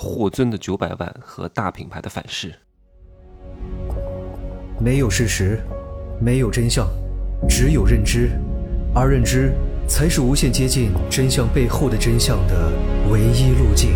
霍尊的900万和大品牌的反噬。 没有事实，没有真相，只有认知，而认知才是无限接近真相背后的真相的唯一路径。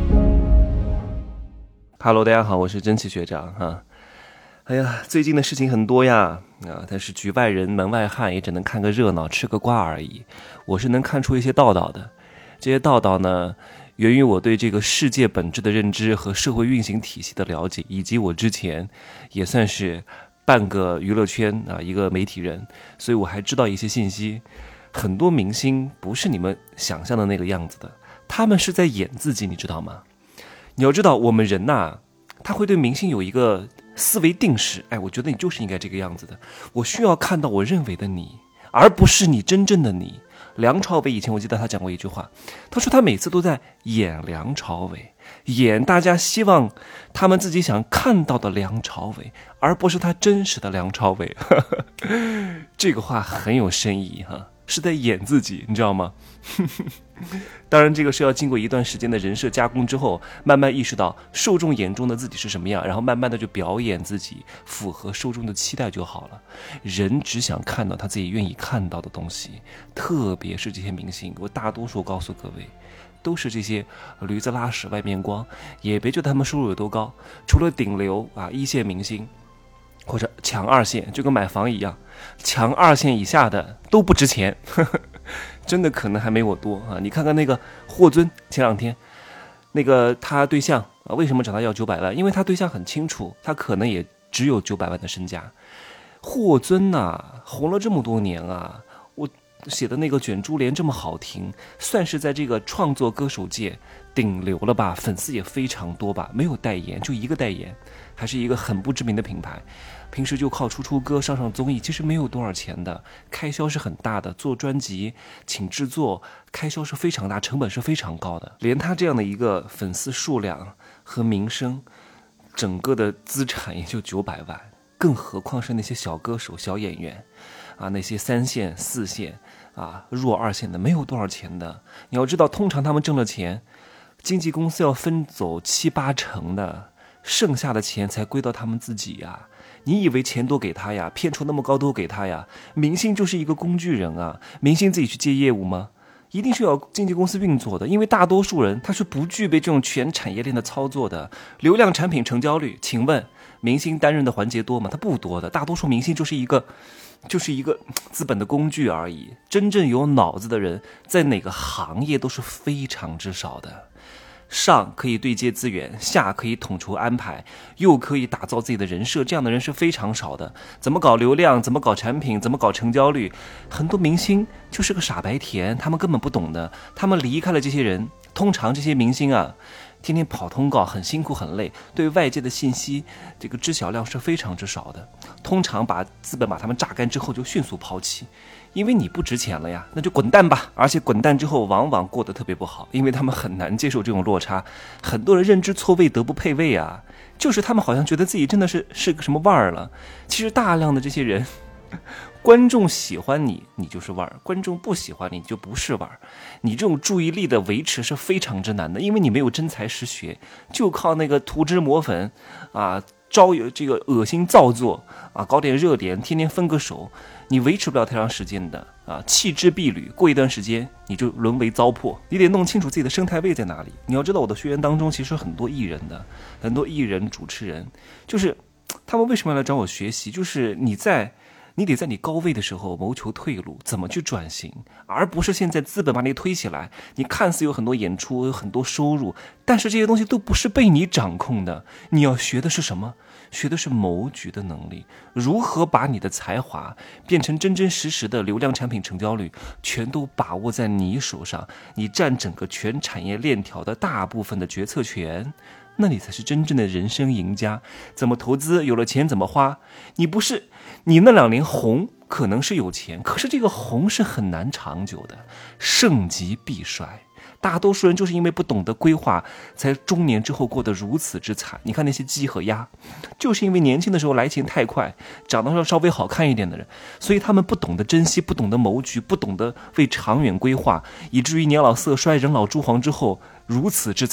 Hello， 大家好，我是真奇学长哈。哎呀，最近的事情很多呀但是局外人门外汉也只能看个热闹，吃个瓜而已。我是能看出一些道道的，这些道道呢，源于我对这个世界本质的认知和社会运行体系的了解，以及我之前也算是半个娱乐圈一个媒体人，所以我还知道一些信息。很多明星不是你们想象的那个样子的，他们是在演自己，你知道吗？你要知道，我们人他会对明星有一个思维定式，我觉得你就是应该这个样子的，我需要看到我认为的你，而不是你真正的你。梁朝伟以前我记得他讲过一句话，他说他每次都在演梁朝伟，演大家希望他们自己想看到的梁朝伟，而不是他真实的梁朝伟这个话很有深意是在演自己，你知道吗当然这个是要经过一段时间的人设加工之后，慢慢意识到受众眼中的自己是什么样，然后慢慢的就表演自己，符合受众的期待就好了。人只想看到他自己愿意看到的东西，特别是这些明星，我大多数告诉各位都是这些驴子拉屎外面光，也别觉得他们收入有多高，除了顶流一线明星或者强二线，就跟买房一样，强二线以下的都不值钱真的可能还没我多你看看那个霍尊，前两天那个他对象为什么找他要900万？因为他对象很清楚，他可能也只有900万的身家。霍尊红了这么多年我写的那个卷珠帘这么好听，算是在这个创作歌手界顶流了吧，粉丝也非常多吧，没有代言，就一个代言，还是一个很不知名的品牌，平时就靠出歌上综艺，其实没有多少钱的，开销是很大的，做专辑请制作开销是非常大，成本是非常高的。连他这样的一个粉丝数量和名声，整个的资产也就900万，更何况是那些小歌手小演员那些3线4线弱2线的，没有多少钱的。你要知道，通常他们挣了钱，经纪公司要分走7、8成的，剩下的钱才归到他们自己你以为钱都给他片酬那么高都给他明星就是一个工具人明星自己去接业务吗？一定是要经纪公司运作的，因为大多数人他是不具备这种全产业链的操作的。流量产品成交率，请问明星担任的环节多吗？他不多的，大多数明星就是一个资本的工具而已。真正有脑子的人在哪个行业都是非常之少的。上可以对接资源，下可以统筹安排，又可以打造自己的人设，这样的人是非常少的。怎么搞流量，怎么搞产品，怎么搞成交率，很多明星就是个傻白甜，他们根本不懂的。他们离开了这些人，通常这些明星天天跑通告，很辛苦很累，对外界的信息这个知晓量是非常之少的。通常把资本把他们榨干之后就迅速抛弃，因为你不值钱了那就滚蛋吧。而且滚蛋之后往往过得特别不好，因为他们很难接受这种落差。很多人认知错位，德不配位就是他们好像觉得自己真的是个什么腕儿了。其实大量的这些人，观众喜欢你，你就是腕儿；观众不喜欢你，你就不是腕儿。你这种注意力的维持是非常之难的，因为你没有真才实学，就靠那个涂脂抹粉招这个恶心造作搞点热点，天天分个手，你维持不了太长时间的弃之敝履，过一段时间你就沦为糟粕。你得弄清楚自己的生态位在哪里。你要知道，我的学员当中其实很多艺人的，很多艺人主持人，就是他们为什么要来找我学习，就是你得在你高位的时候谋求退路，怎么去转型，而不是现在资本把你推起来，你看似有很多演出，有很多收入，但是这些东西都不是被你掌控的。你要学的是什么？学的是谋局的能力，如何把你的才华变成真真实实的流量产品成交率，全都把握在你手上，你占整个全产业链条的大部分的决策权，那你才是真正的人生赢家。怎么投资，有了钱怎么花，你那2年红可能是有钱，可是这个红是很难长久的，盛极必衰。大多数人就是因为不懂得规划，才中年之后过得如此之惨。你看那些鸡和鸭，就是因为年轻的时候来钱太快，长得稍微好看一点的人，所以他们不懂得珍惜，不懂得谋局，不懂得为长远规划，以至于年老色衰，人老珠黄之后如此之惨。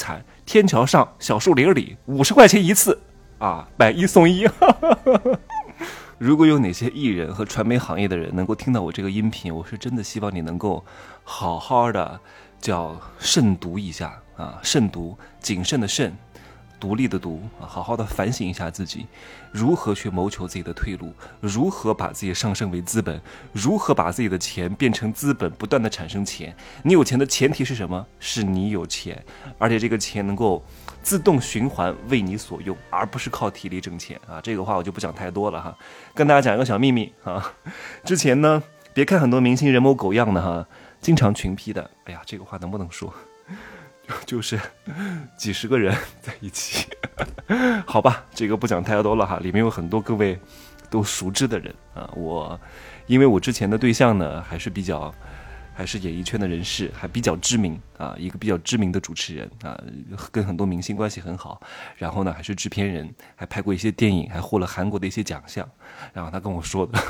天桥上小树林里50块钱一次啊，买1送1。如果有哪些艺人和传媒行业的人能够听到我这个音频，我是真的希望你能够好好的叫慎独一下啊，慎独，谨慎的慎，独立的独啊，好好的反省一下自己，如何去谋求自己的退路，如何把自己上升为资本，如何把自己的钱变成资本，不断的产生钱。你有钱的前提是什么？是你有钱，而且这个钱能够自动循环为你所用，而不是靠体力挣钱啊。这个话我就不讲太多了哈，跟大家讲一个小秘密啊。之前呢，别看很多明星人模狗样的哈，经常群批的，哎呀，这个话能不能说？就是几十个人在一起，好吧，这个不讲太多了哈。里面有很多各位都熟知的人啊，因为我之前的对象呢，还是演艺圈的人士，还比较知名啊，一个比较知名的主持人啊，跟很多明星关系很好，然后呢还是制片人，还拍过一些电影，还获了韩国的一些奖项。然后他跟我说的，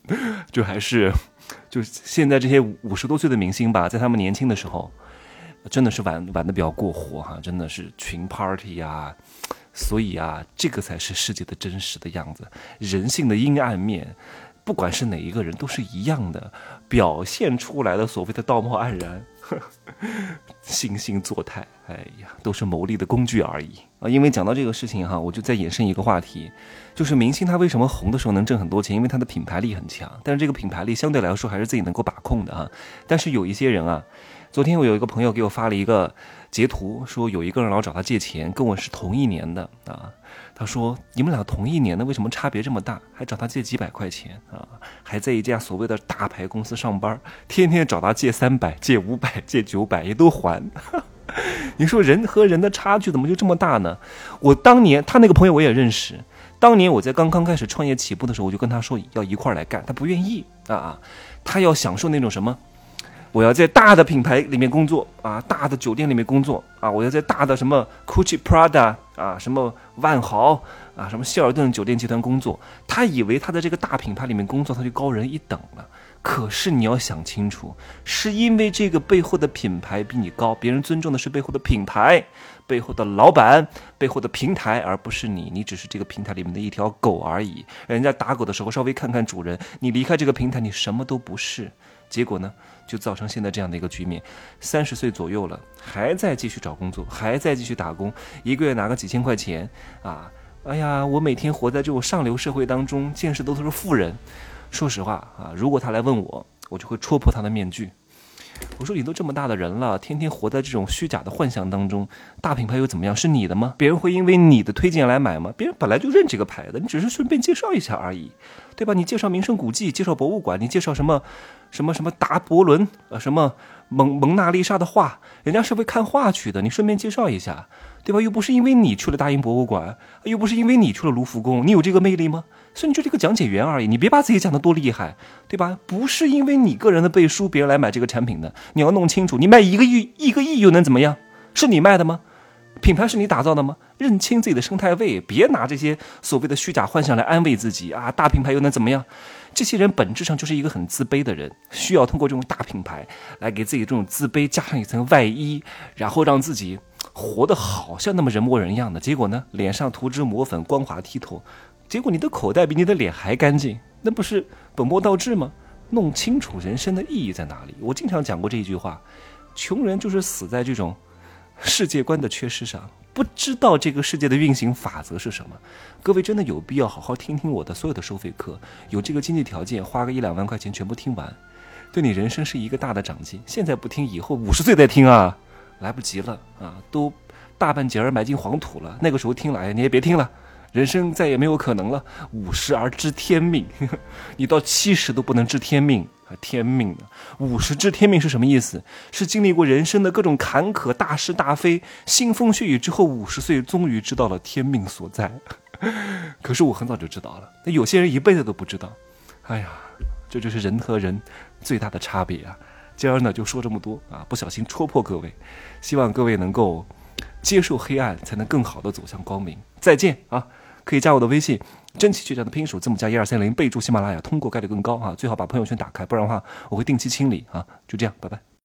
就现在这些50多岁的明星吧，在他们年轻的时候。真的是玩的比较过火哈，真的是群 party 呀，所以啊，这个才是世界的真实的样子，人性的阴暗面，不管是哪一个人都是一样的，表现出来的所谓的道貌岸然，惺惺作态，哎呀，都是牟利的工具而已啊。因为讲到这个事情哈，我就再衍生一个话题，就是明星他为什么红的时候能挣很多钱？因为他的品牌力很强，但是这个品牌力相对来说还是自己能够把控的哈。但是有一些人啊。昨天我有一个朋友给我发了一个截图，说有一个人老找他借钱，跟我是同一年的啊。他说你们俩同一年的，为什么差别这么大？还找他借几百块钱啊？还在一家所谓的大牌公司上班，天天找他借300、借500、借900，也都还。你说人和人的差距怎么就这么大呢？我当年他那个朋友我也认识，当年我在刚开始创业起步的时候，我就跟他说要一块来干，他不愿意啊，他要享受那种什么。我要在大的品牌里面工作啊，大的酒店里面工作啊，我要在大的什么 Gucci Prada 啊，什么万豪啊，什么希尔顿酒店集团工作。他以为他在这个大品牌里面工作，他就高人一等了。可是你要想清楚，是因为这个背后的品牌比你高，别人尊重的是背后的品牌、背后的老板、背后的平台，而不是你。你只是这个平台里面的一条狗而已。人家打狗的时候稍微看看主人，你离开这个平台，你什么都不是。结果呢，就造成现在这样的一个局面：30岁左右了，还在继续找工作，还在继续打工，一个月拿个几千块钱啊！哎呀，我每天活在这种上流社会当中，见识都是富人。说实话啊，如果他来问我，我就会戳破他的面具。我说你都这么大的人了，天天活在这种虚假的幻想当中，大品牌又怎么样？是你的吗？别人会因为你的推荐来买吗？别人本来就认这个牌的，你只是顺便介绍一下而已，对吧？你介绍名胜古迹，介绍博物馆，你介绍什么达伯伦什么蒙娜丽莎的画，人家是会看画去的，你顺便介绍一下，对吧？又不是因为你去了大英博物馆，又不是因为你去了卢浮宫，你有这个魅力吗？所以你就这个讲解员而已，你别把自己讲得多厉害，对吧？不是因为你个人的背书，别人来买这个产品的，你要弄清楚，你卖1个亿又能怎么样？是你卖的吗？品牌是你打造的吗？认清自己的生态位，别拿这些所谓的虚假幻想来安慰自己啊！大品牌又能怎么样？这些人本质上就是一个很自卑的人，需要通过这种大品牌来给自己这种自卑加上一层外衣，然后让自己活得好像那么人模人样的。结果呢，脸上涂脂抹粉，光滑剔透，结果你的口袋比你的脸还干净，那不是本末倒置吗？弄清楚人生的意义在哪里。我经常讲过这一句话，穷人就是死在这种世界观的缺失上，不知道这个世界的运行法则是什么。各位真的有必要好好听听我的所有的收费课，有这个经济条件，花个1-2万块钱全部听完，对你人生是一个大的长进。现在不听，以后50岁再听啊，来不及了啊，都大半截儿埋进黄土了。那个时候听了，你也别听了，人生再也没有可能了。50而知天命，你到70都不能知天命。天命呢？50知天命是什么意思？是经历过人生的各种坎坷、大是大非、腥风血雨之后，50岁终于知道了天命所在。可是我很早就知道了，那有些人一辈子都不知道。哎呀，这就是人和人最大的差别啊！今儿呢就说这么多啊，不小心戳破各位，希望各位能够接受黑暗，才能更好的走向光明。再见啊！可以加我的微信，真奇学长的拼音首字母加1230，备注喜马拉雅，通过概率更高啊！最好把朋友圈打开，不然的话我会定期清理啊！就这样，拜拜。